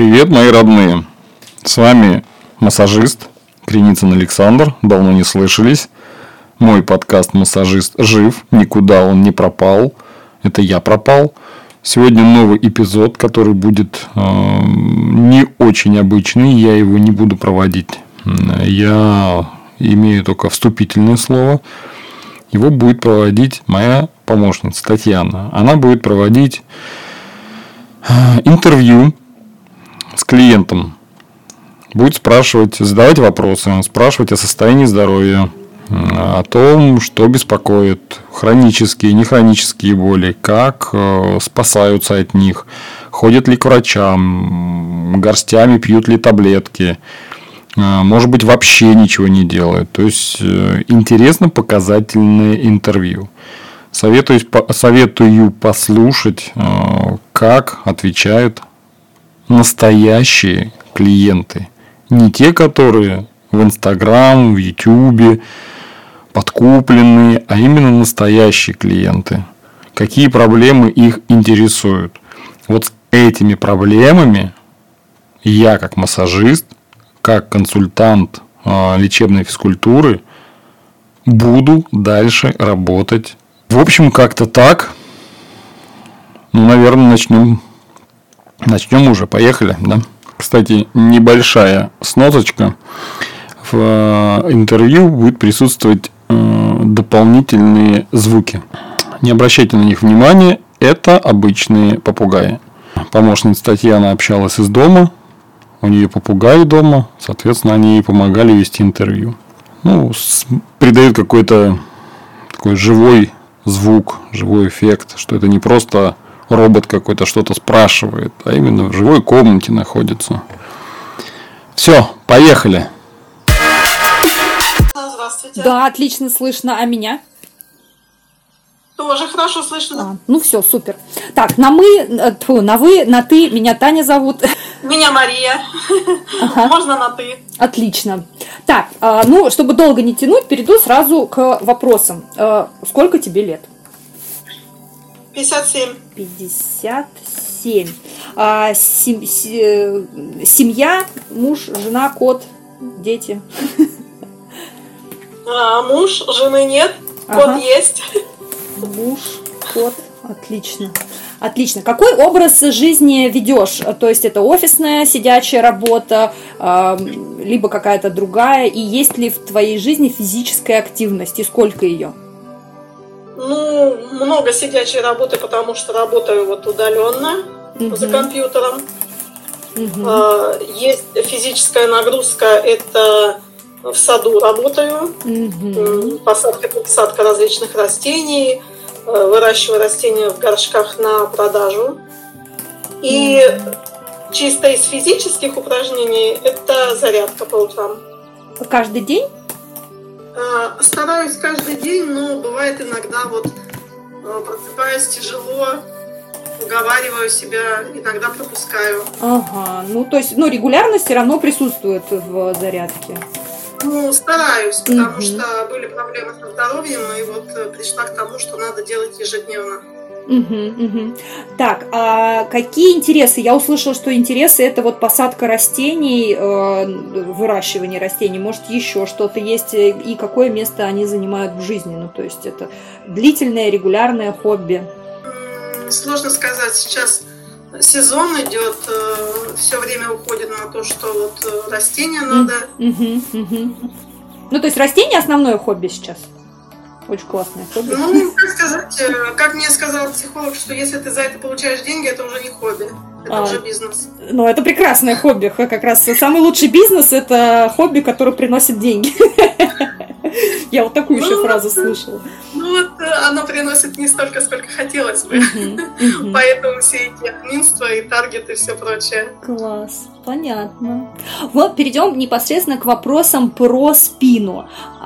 Привет, мои родные! С вами массажист Креницын Александр. Давно не слышались. Мой подкаст «Массажист» жив. Никуда он не пропал. Это я пропал. Сегодня новый эпизод, который будет не очень обычный. Я его не буду проводить. Я имею только вступительное слово. Его будет проводить моя помощница Татьяна. Она будет проводить интервью с клиентом. Будет спрашивать, задавать вопросы, спрашивать о состоянии здоровья, о том, что беспокоит, хронические, нехронические боли, как спасаются от них, ходят ли к врачам, горстями пьют ли таблетки, может быть, вообще ничего не делают. То есть, интересно показательное интервью. Советую послушать, как отвечают настоящие клиенты. Не те, которые в Инстаграм, в Ютубе подкупленные, а именно настоящие клиенты. Какие проблемы их интересуют. Вот с этими проблемами я, как массажист, как консультант лечебной физкультуры, буду дальше работать. В общем, как-то так. Ну, наверное, начнем уже. Поехали, да? Кстати, небольшая сносочка. В интервью будет присутствовать дополнительные звуки. Не обращайте на них внимания. Это обычные попугаи. Помощница Татьяна общалась из дома. У нее попугаи дома. Соответственно, они ей помогали вести интервью. Ну, придает какой-то такой живой звук, живой эффект. Что это не просто робот какой-то что-то спрашивает, а именно в живой комнате находится. Все, поехали. Здравствуйте. Да, отлично слышно. А меня? Тоже хорошо слышно. Ну все, супер. Так, на вы, на ты. Меня Таня зовут. Меня Мария. Ага. Можно на ты. Отлично. Так, ну, чтобы долго не тянуть, перейду сразу к вопросам. Сколько тебе лет? 57. 57. Семья, муж, жена, кот, дети. Муж, жены нет, кот есть. Муж, кот, отлично. Отлично. Какой образ жизни ведешь? То есть это офисная сидячая работа, либо какая-то другая? И есть ли в твоей жизни физическая активность? И сколько ее? Ну, много сидячей работы, потому что работаю вот удаленно за компьютером. Есть физическая нагрузка, это в саду работаю, посадка различных растений, выращиваю растения в горшках на продажу. И чисто из физических упражнений это зарядка по утрам. Каждый день? Стараюсь каждый день, но бывает иногда вот просыпаюсь тяжело, уговариваю себя, иногда пропускаю. Ага, ну то есть, регулярность все равно присутствует в зарядке. Ну, стараюсь, потому что были проблемы со здоровьем, и вот пришла к тому, что надо делать ежедневно. Так, а какие интересы? Я услышала, что интересы это вот посадка растений, выращивание растений. Может, еще что-то есть? И какое место они занимают в жизни? Ну, то есть это длительное, регулярное хобби? Сложно сказать. Сейчас сезон идет, все время уходит на то, что вот растения надо. Ну, то есть растения основное хобби сейчас? Очень классное хобби. Ну, как сказать, как мне сказал психолог, что если ты за это получаешь деньги, это уже не хобби, это уже бизнес. Ну, это прекрасное хобби. Как раз самый лучший бизнес – это хобби, которое приносит деньги. Я вот такую еще фразу слышала. Ну вот оно приносит не столько, сколько хотелось бы. Поэтому все эти админства и таргеты и все прочее. Класс, понятно. Вот перейдем непосредственно к вопросам про спину.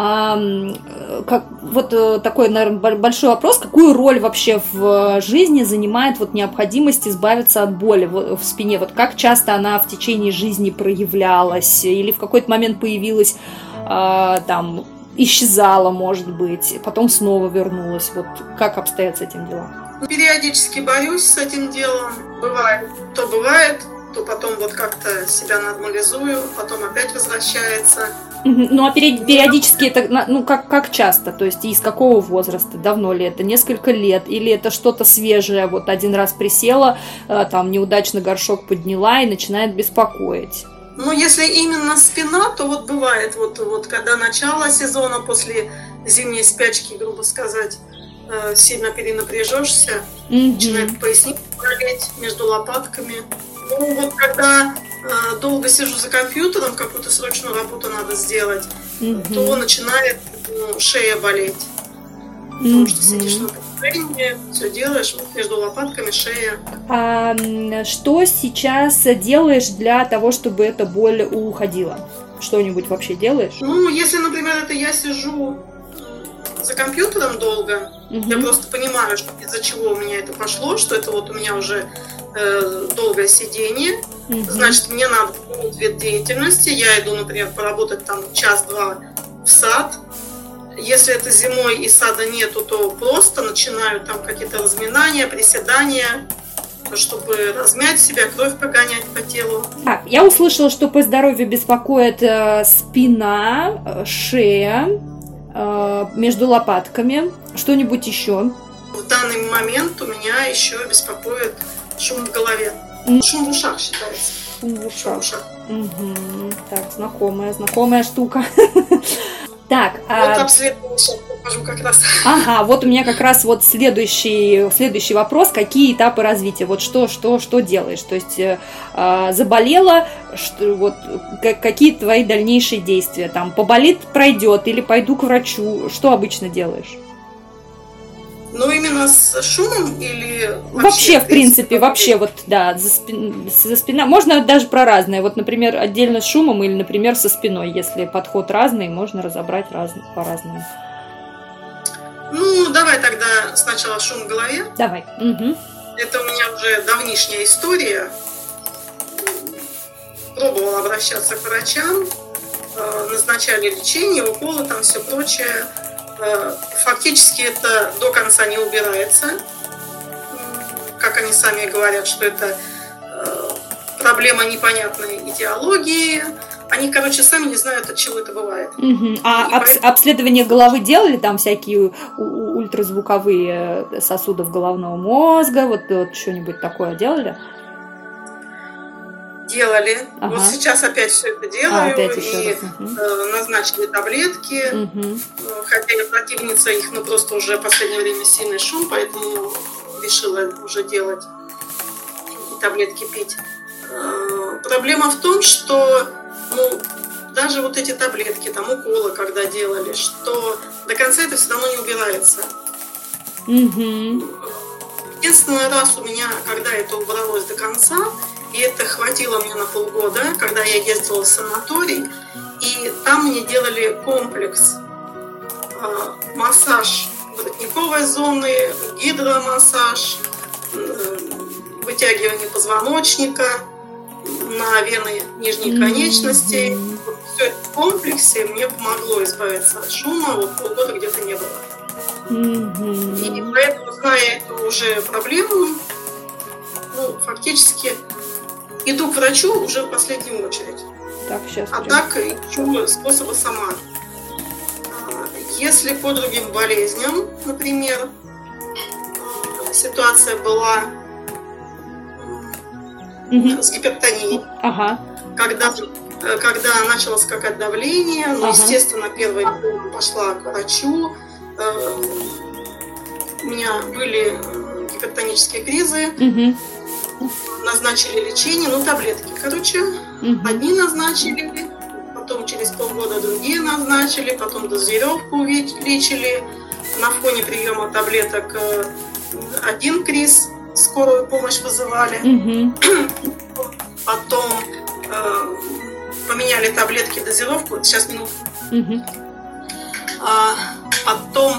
Вот такой, наверное, большой вопрос. Какую роль вообще в жизни занимает вот необходимость избавиться от боли в спине? Вот как часто она в течение жизни проявлялась? Или в какой-то момент появилась там исчезала, может быть, потом снова вернулась. Вот как обстоят с этим дела? Периодически борюсь с этим делом. Бывает, то потом вот как-то себя нормализую, потом опять возвращается. Ну, а периодически это, ну, как часто? То есть из какого возраста? Давно ли это? Несколько лет? Или это что-то свежее? Вот один раз присела, там неудачно горшок подняла и начинает беспокоить. Ну, если именно спина, то вот бывает, вот когда начало сезона, после зимней спячки, грубо сказать, сильно перенапряжешься, начинает поясница болеть между лопатками. Ну, вот когда долго сижу за компьютером, какую-то срочную работу надо сделать, то начинает шея болеть. Потому что сидишь на положении, все делаешь, вот между лопатками шея. А что сейчас делаешь для того, чтобы эта боль уходила? Что-нибудь вообще делаешь? Ну, если, например, это я сижу за компьютером долго, я просто понимаю, что из-за чего у меня это пошло, что это вот у меня уже долгое сидение, значит, мне надо сменить вид деятельности, я иду, например, поработать там час-два в сад. Если это зимой и сада нету, то просто начинаю там какие-то разминания, приседания, чтобы размять себя, кровь погонять по телу. Так, я услышала, что по здоровью беспокоит спина, шея, между лопатками. Что-нибудь еще? В данный момент у меня еще беспокоит шум в голове. Шум в ушах считается. Шум в ушах. Так, знакомая штука. Так, вот обследование сейчас покажу как раз. Ага, вот у меня как раз вот следующий вопрос. Какие этапы развития? Вот что делаешь? То есть заболела, вот какие твои дальнейшие действия? Там поболит, пройдет, или пойду к врачу? Что обычно делаешь? Ну, именно с шумом или... Вообще, в принципе, вообще, вот, да, за спиной. Можно даже про разное. Вот, например, отдельно с шумом или, например, со спиной. Если подход разный, можно разобрать по-разному. Ну, давай тогда сначала шум в голове. Давай. Это у меня уже давнишняя история. Пробовала обращаться к врачам. Назначали лечение, уколы, там все прочее. Фактически это до конца не убирается. Как они сами говорят, что это проблема непонятной идеологии. Они, короче, сами не знают, от чего это бывает. А обследование головы делали? Там всякие ультразвуковые сосудов головного мозга? Вот что-нибудь такое делали? Делали. Ага. Вот сейчас опять все это делаю. Опять и назначили таблетки. Хотя я противница их, но просто уже в последнее время сильный шум, поэтому решила уже делать и таблетки пить. Проблема в том, что даже вот эти таблетки, там уколы, когда делали, что до конца это все равно не убирается. Единственный раз у меня, когда это убралось до конца, и это хватило мне на полгода, когда я ездила в санаторий, и там мне делали комплекс. Массаж воротниковой зоны, гидромассаж, вытягивание позвоночника на вены нижней конечности. Все это в комплексе мне помогло избавиться от шума, вот полгода где-то не было. И поэтому, зная эту уже проблему, фактически иду к врачу уже в последнюю очередь. Так, сейчас. А так ищу способы сама. Если по другим болезням, например, ситуация была с гипертонией, когда начало скакать давление, естественно, первый день пошла к врачу, у меня были гипертонические кризы, назначили лечение, таблетки, одни назначили, потом через полгода другие назначили, потом дозировку увеличили, на фоне приема таблеток один криз, скорую помощь вызывали, потом поменяли таблетки, дозировку, сейчас минутку, потом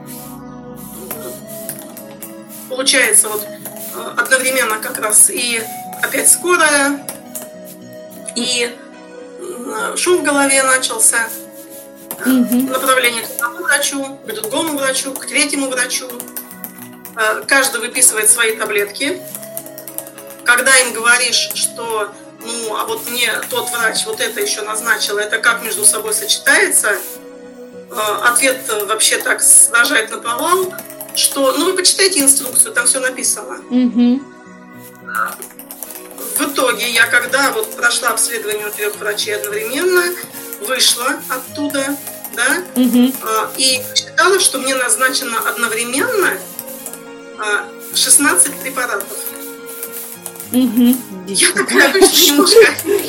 получается одновременно как раз и опять скорая, и шум в голове начался, направление к одному врачу, к другому врачу, к третьему врачу. Каждый выписывает свои таблетки. когда им говоришь, что ну, а вот мне тот врач вот это еще назначил, это как между собой сочетается, ответ вообще так сражает на повал, что, ну, вы почитайте инструкцию, там все написано. В итоге я, когда вот прошла обследование у 3 врачей одновременно, вышла оттуда, да, и считала, что мне назначено одновременно 16 препаратов. Я такая вышла немножко.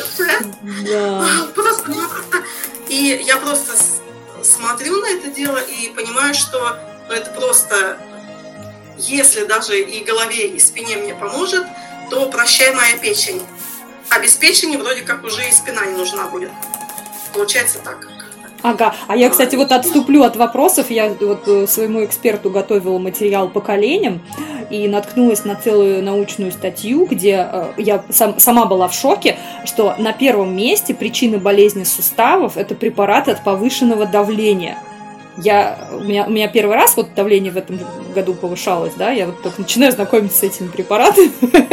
И я просто смотрю на это дело и понимаю, что ну, это просто, если даже и голове, и спине мне поможет, то прощай моя печень. А без печени вроде как уже и спина не нужна будет. Получается так. Ага, а я, кстати, вот отступлю от вопросов. Я вот своему эксперту готовила материал по коленям и наткнулась на целую научную статью, где я сама была в шоке, что на первом месте причина болезни суставов – это препараты от повышенного давления. У меня первый раз вот давление в этом году повышалось, да, я вот только начинаю знакомиться с этими препаратами,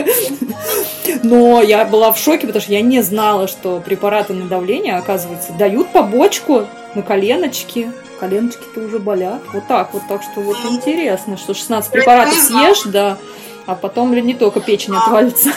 но я была в шоке, потому что я не знала, что препараты на давление, оказывается, дают побочку на коленочки. Коленочки-то уже болят. Вот так что вот интересно, что 16 препаратов съешь, да, а потом не только печень отвалится.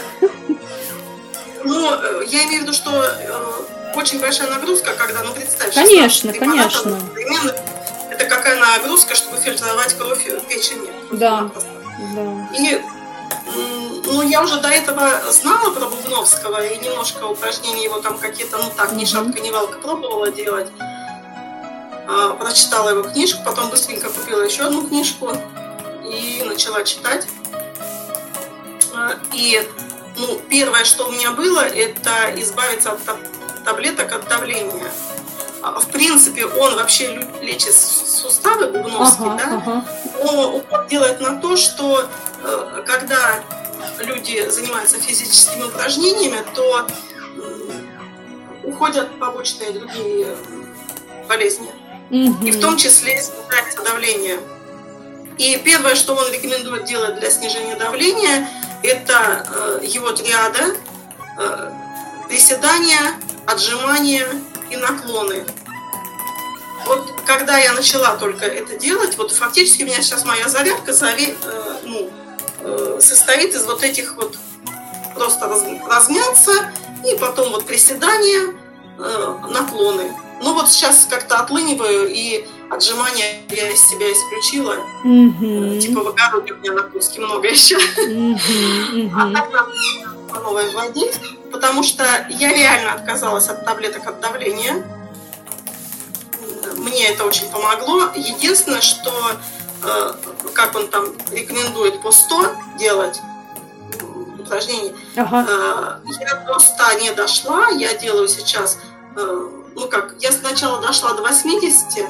Ну, я имею в виду, что очень большая нагрузка, когда, ну, представь, конечно. Это какая нагрузка, чтобы фильтровать кровь в печени. Да. И ну, я уже до этого знала про Бубновского и немножко упражнений его там какие-то, ну так, ни шапка, ни валка пробовала делать. Прочитала его книжку, потом быстренько купила еще одну книжку и начала читать. И ну, первое, что у меня было, это избавиться от таблеток от давления. В принципе, он вообще лечит суставы, Бубновский, но упор делает на то, что когда люди занимаются физическими упражнениями, то уходят побочные другие болезни. И в том числе снижается давление. И первое, что он рекомендует делать для снижения давления, это его триада: приседания, отжимания и наклоны. Вот когда я начала только это делать, вот фактически у меня сейчас моя зарядка состоит из вот этих вот просто размяться и потом вот приседания, наклоны. Ну вот сейчас как-то отлыниваю, и отжимания я из себя исключила. Типа в огороде у меня нагрузки много еще. А так надо по новой вводить, потому что я реально отказалась от таблеток от давления. Мне это очень помогло. Единственное, что, как он там рекомендует по 100 делать упражнений, я до 100 не дошла. Я делаю сейчас, я сначала дошла до 80,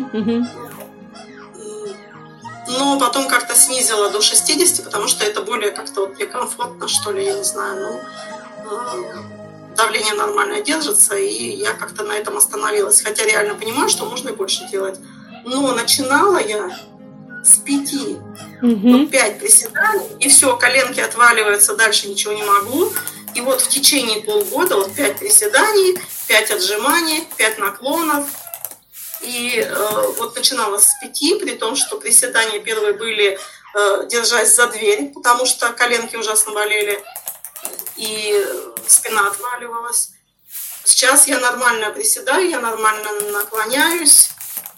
но потом как-то снизила до 60, потому что это более как-то вот мне комфортно, что ли, я не знаю, давление нормальное держится, и я как-то на этом остановилась. Хотя реально понимаю, что можно и больше делать. Но начинала я с 5. 5 приседаний, и все, коленки отваливаются, дальше ничего не могу. И вот в течение полгода вот 5 приседаний, 5 отжиманий, 5 наклонов. И вот начинала с 5, при том, что приседания первые были держась за дверь, потому что коленки ужасно болели. И спина отваливалась. Сейчас я нормально приседаю, я нормально наклоняюсь.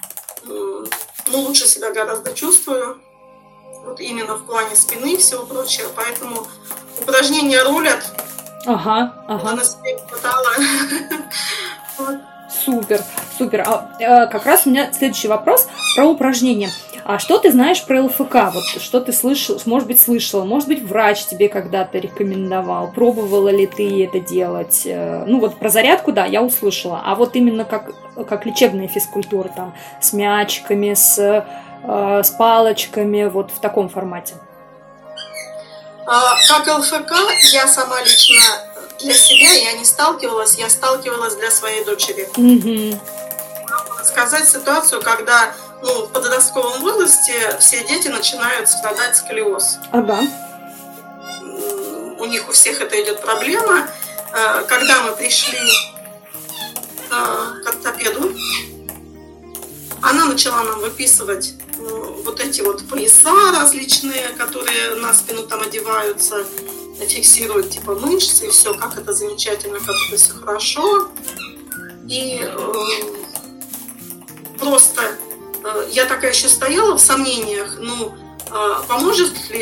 Лучше себя гораздо чувствую. Вот именно в плане спины и всего прочего. Поэтому упражнения рулят. На себе не хватало. Супер. Как раз у меня следующий вопрос про упражнения. А что ты знаешь про ЛФК? Вот что ты слышал, может быть, врач тебе когда-то рекомендовал. Пробовала ли ты это делать? Ну вот про зарядку, да, я услышала. А вот именно как лечебная физкультура, там, с мячиками, с палочками, вот в таком формате. Как ЛФК я сама лично для себя я не сталкивалась, я сталкивалась для своей дочери. Сказать ситуацию, когда в подростковом возрасте все дети начинают страдать сколиоз. у них у всех это идет проблема. Когда мы пришли к ортопеду, она начала нам выписывать вот эти вот пояса различные, которые на спину там одеваются, фиксируют типа мышцы и все, как это замечательно, как это все хорошо. И просто я такая еще стояла в сомнениях, поможет ли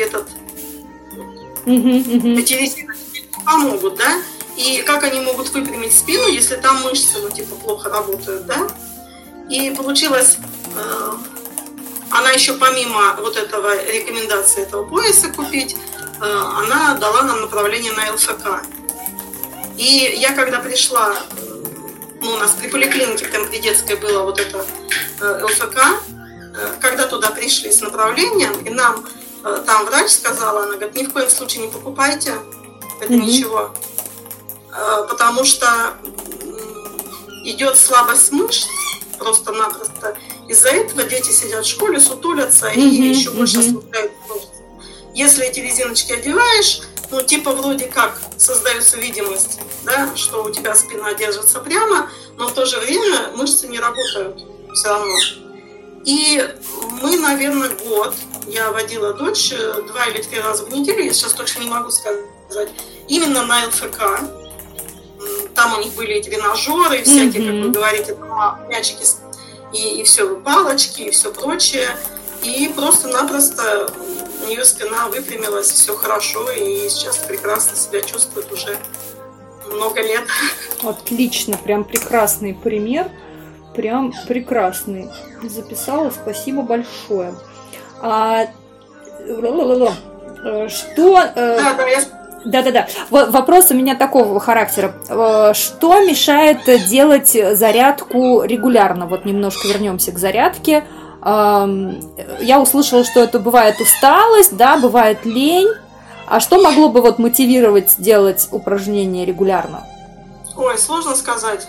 эти резиночки помогут, да? И как они могут выпрямить спину, если там мышцы, плохо работают, да? И получилось, она еще помимо вот этого рекомендации этого пояса купить, она дала нам направление на ЛФК. И я когда пришла, у нас при поликлинике, там при детской было вот это ЛФК, когда туда пришли с направлением, и нам там врач сказала, она говорит, ни в коем случае не покупайте, это ничего, потому что идет слабость мышц, просто-напросто. Из-за этого дети сидят в школе, сутулятся и еще больше ослабляют мышцы. Если эти резиночки одеваешь, вроде как создается видимость, да, что у тебя спина держится прямо, но в то же время мышцы не работают все равно. И мы, наверное, год, я водила дочь 2 или 3 раза в неделю, я сейчас точно не могу сказать, именно на ЛФК. Там у них были эти тренажеры, всякие, как вы говорите, мячики и все, палочки и все прочее. И просто-напросто у нее спина выпрямилась, все хорошо, и сейчас прекрасно себя чувствует уже много лет. Отлично, прям прекрасный пример. Прям прекрасный. Записала, спасибо большое. Да. Вопрос у меня такого характера. Что мешает делать зарядку регулярно? Вот немножко вернемся к зарядке. Я услышала, что это бывает усталость, да, бывает лень. А что могло бы мотивировать делать упражнения регулярно? Ой, сложно сказать.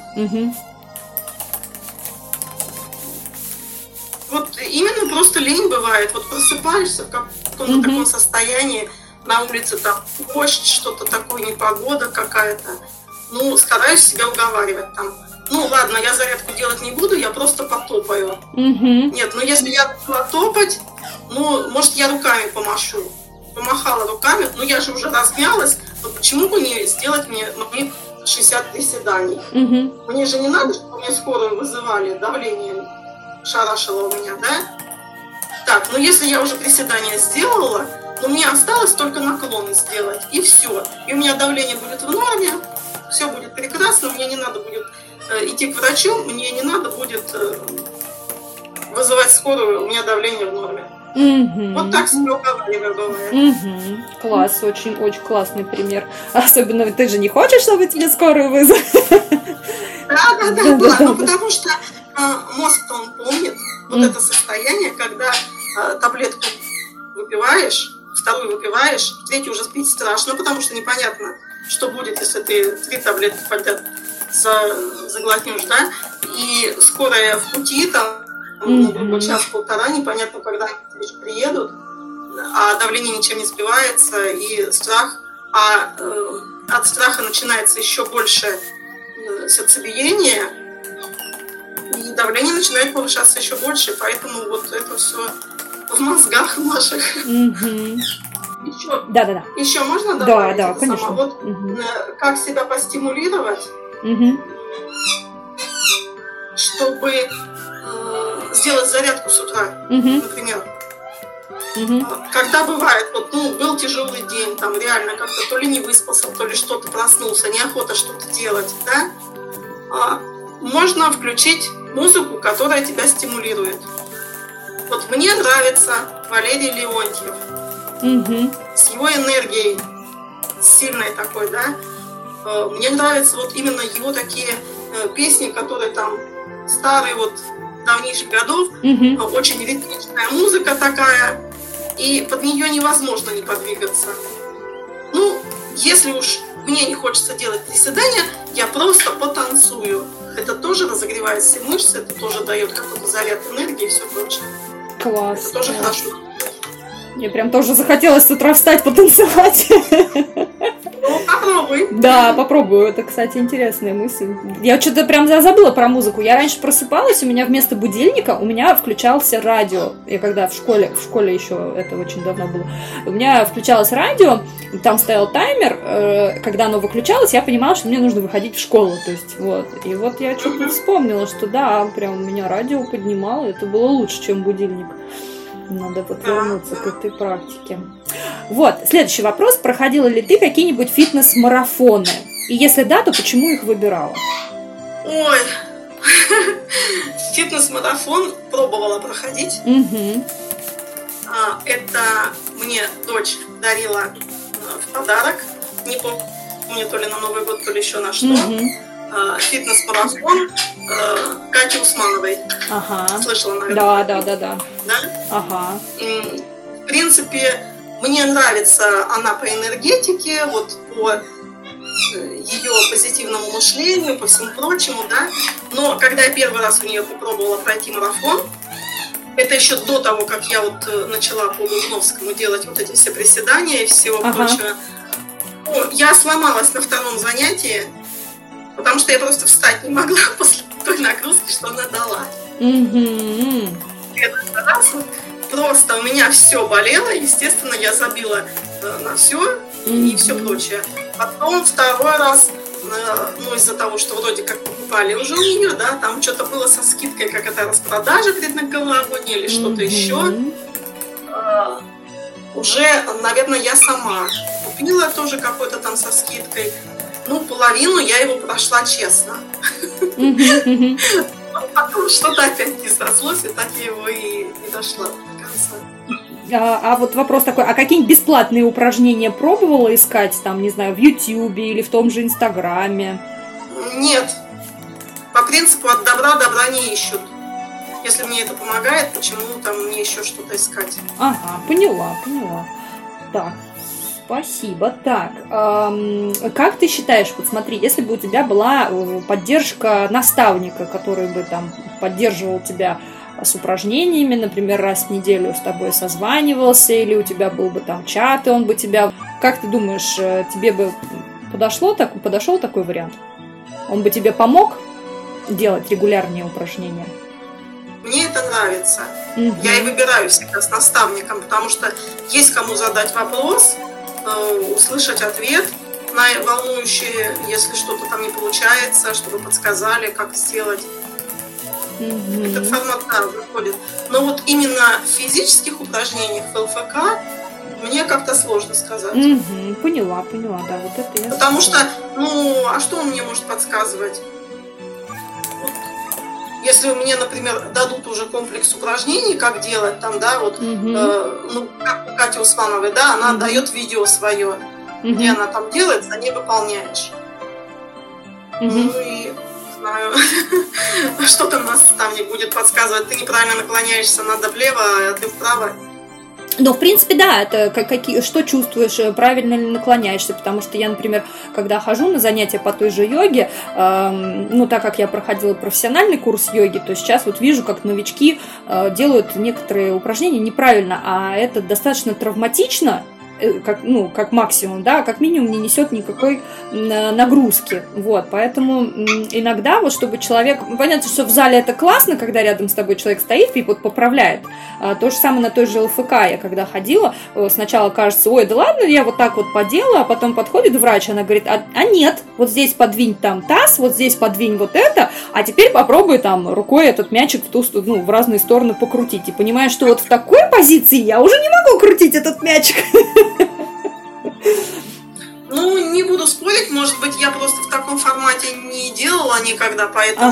Вот именно просто лень бывает. Вот просыпаешься в каком-то таком состоянии, на улице там дождь, что-то такое, непогода какая-то. Стараюсь себя уговаривать там. Ладно, я зарядку делать не буду, я просто потопаю. Нет, если я буду топать, может, я руками помашу. Помахала руками, я же уже размялась, почему бы не сделать мне 60 приседаний? Мне же не надо, чтобы мне скорую вызывали, давление шарашило у меня, да? Так, если я уже приседания сделала, мне осталось только наклоны сделать, и все. И у меня давление будет в норме, все будет прекрасно, мне не надо будет идти к врачу, мне не надо будет вызывать скорую, у меня давление в норме. Вот так себе уговариваю бывает. Класс, очень классный пример. Особенно ты же не хочешь, чтобы тебе скорую вызвали? Да. Потому что мозг-то он помнит вот это состояние, когда таблетку выпиваешь, вторую выпиваешь, третью уже пить страшно, потому что непонятно, что будет, если ты 3 таблетки подряд заглотнешь, да? И скорая в пути, там, час-полтора, непонятно, когда они приедут, а давление ничем не сбивается, и страх, от страха начинается еще больше сердцебиение, и давление начинает повышаться еще больше, поэтому вот это все в мозгах наших. Еще, да. Еще можно добавить? Да, конечно. Как себя постимулировать, чтобы сделать зарядку с утра, например. Когда бывает, был тяжелый день, там реально как-то то ли не выспался, то ли что-то проснулся, неохота что-то делать, да? Можно включить музыку, которая тебя стимулирует. Вот мне нравится Валерий Леонтьев с его энергией сильной такой, да. Мне нравятся именно его такие песни, которые там старые давнейших годов, очень ритмичная музыка такая, и под нее невозможно не подвигаться. Если уж мне не хочется делать приседания, я просто потанцую. Это тоже разогревает все мышцы, это тоже дает какой-то заряд энергии и все прочее. Класс. Это тоже хорошо. Мне прям тоже захотелось с утра встать, потанцевать. попробуй. Да, попробую. Это, кстати, интересная мысль. Я что-то прям забыла про музыку. Я раньше просыпалась, у меня вместо будильника у меня включался радио. Я когда в школе еще это очень давно было, у меня включалось радио, там стоял таймер, когда оно выключалось, я понимала, что мне нужно выходить в школу. То есть, вот. И вот я что-то вспомнила, что да, прям у меня радио поднимало, это было лучше, чем будильник. Надо вот вернуться к этой практике. Вот, следующий вопрос. Проходила ли ты какие-нибудь фитнес-марафоны? И если да, то почему их выбирала? Ой, фитнес-марафон пробовала проходить. Угу. Это мне дочь дарила в подарок. Не помню, то ли на Новый год, то ли еще на что. Угу. Фитнес-марафон Кати Усмановой. Ага. Слышала, наверное? Да. Да? Ага. В принципе, мне нравится она по энергетике, вот по ее позитивному мышлению, по всему прочему, да. Но когда я первый раз у нее попробовала пройти марафон, это еще до того, как я вот начала по Лугновскому делать вот эти все приседания и всего прочего, я сломалась на втором занятии, потому что я просто встать не могла после той нагрузки, что она дала. Угу. Просто у меня все болело, естественно, я забила на все и все прочее. Потом второй раз, ну, из-за того, что вроде как покупали уже у нее, да, там что-то было со скидкой, как это распродажа перед новогодней или что-то еще. Уже, наверное, я сама купила тоже какой-то там со скидкой. Ну, половину я его прошла честно. Потом что-то опять не срослось, и так я его и не дошла до конца. А вот вопрос такой, а какие-нибудь бесплатные упражнения пробовала искать, там, не знаю, в Ютьюбе или в том же Инстаграме? Нет. По принципу от добра не ищут. Если мне это помогает, почему там мне еще что-то искать? Ага, поняла. Так, спасибо. Так, как ты считаешь, вот смотри, если бы у тебя была поддержка наставника, который бы там поддерживал тебя с упражнениями, например, раз в неделю с тобой созванивался, или у тебя был бы там чат, и он бы тебя... Как ты думаешь, тебе бы подошел такой вариант? Он бы тебе помог делать регулярные упражнения? Мне это нравится. Я и выбираю всегда с наставником, потому что есть кому задать вопрос, услышать ответ на волнующие, если что-то там не получается, чтобы подсказали, как сделать. Этот формат, да, выходит. Но вот именно в физических упражнениях, в ЛФК, мне как-то сложно сказать. Поняла, да, вот это я. Потому что, а что он мне может подсказывать? Вот. Если мне, например, дадут уже комплекс упражнений, как делать там, да, вот, как у Кати Усмановой, да, она дает видео свое, где она там делает, за ней выполняешь. Ну и знаю, что там наставник будет подсказывать, ты неправильно наклоняешься, надо влево, а ты вправо. Но, в принципе, да, это что чувствуешь, правильно ли наклоняешься, потому что я, например, когда хожу на занятия по той же йоге, так как я проходила профессиональный курс йоги, то сейчас вот вижу, как новички делают некоторые упражнения неправильно, а это достаточно травматично, как максимум, да, как минимум не несет никакой нагрузки, вот, поэтому иногда, вот, чтобы человек, понятно, что в зале это классно, когда рядом с тобой человек стоит и вот поправляет, то же самое на той же ЛФК, я когда ходила, сначала кажется, ой, да ладно, я вот так вот поделаю, а потом подходит врач, она говорит, а нет, вот здесь подвинь там таз, вот здесь подвинь вот это, а теперь попробуй там рукой этот мячик в разные стороны покрутить, и понимаешь, что вот в такой позиции я уже не могу крутить этот мячик. Не буду спорить, может быть, я просто в таком формате не делала никогда, поэтому...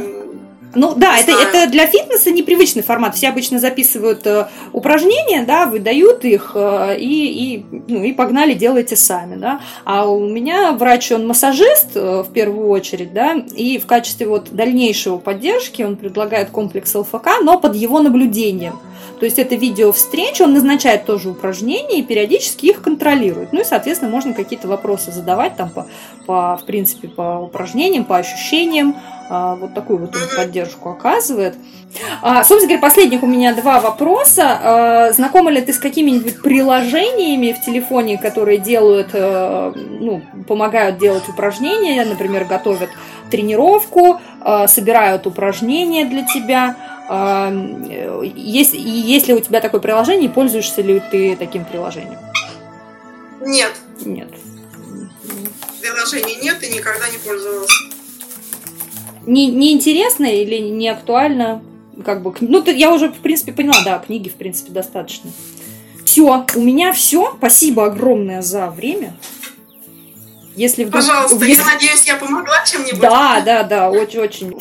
Это для фитнеса непривычный формат. Все обычно записывают упражнения, да, выдают их и погнали, делайте сами, да. А у меня врач, он массажист в первую очередь, да, и в качестве вот дальнейшего поддержки он предлагает комплекс ЛФК, но под его наблюдением. То есть это видео встреч, он назначает тоже упражнения и периодически их контролирует. Ну и, соответственно, можно какие-то вопросы задавать там в принципе, по упражнениям, по ощущениям. вот такую вот поддержку оказывает. Собственно говоря, последних у меня 2 вопроса. Знакома ли ты с какими-нибудь приложениями в телефоне, которые делают, помогают делать упражнения, например, готовят тренировку, собирают упражнения для тебя? Есть ли у тебя такое приложение, пользуешься ли ты таким приложением? Нет. Нет. Приложений нет и никогда не пользовалась. Не интересно или не актуально? Я уже, в принципе, поняла, да, книги, в принципе, достаточно. Все, у меня все. Спасибо огромное за время. Если вдруг... Пожалуйста, я надеюсь, я помогла чем-нибудь. Да, очень-очень.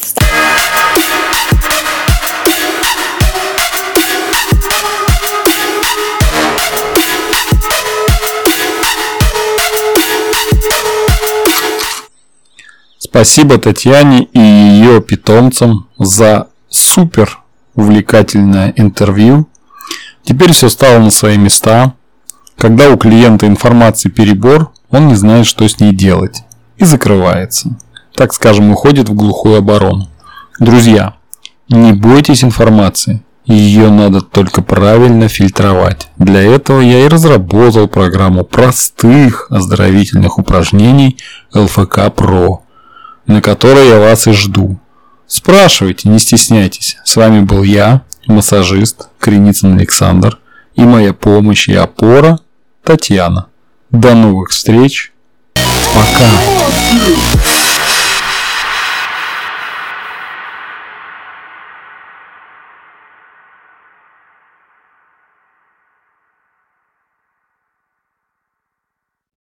Спасибо Татьяне и ее питомцам за супер увлекательное интервью. Теперь все стало на свои места. Когда у клиента информации перебор, он не знает, что с ней делать, и закрывается. Так скажем, уходит в глухую оборону. Друзья, не бойтесь информации. Ее надо только правильно фильтровать. Для этого я и разработал программу простых оздоровительных упражнений ЛФК Pro, на которой я вас и жду. Спрашивайте, не стесняйтесь. С вами был я, массажист Криницын Александр, и моя помощь и опора Татьяна. До новых встреч. Пока.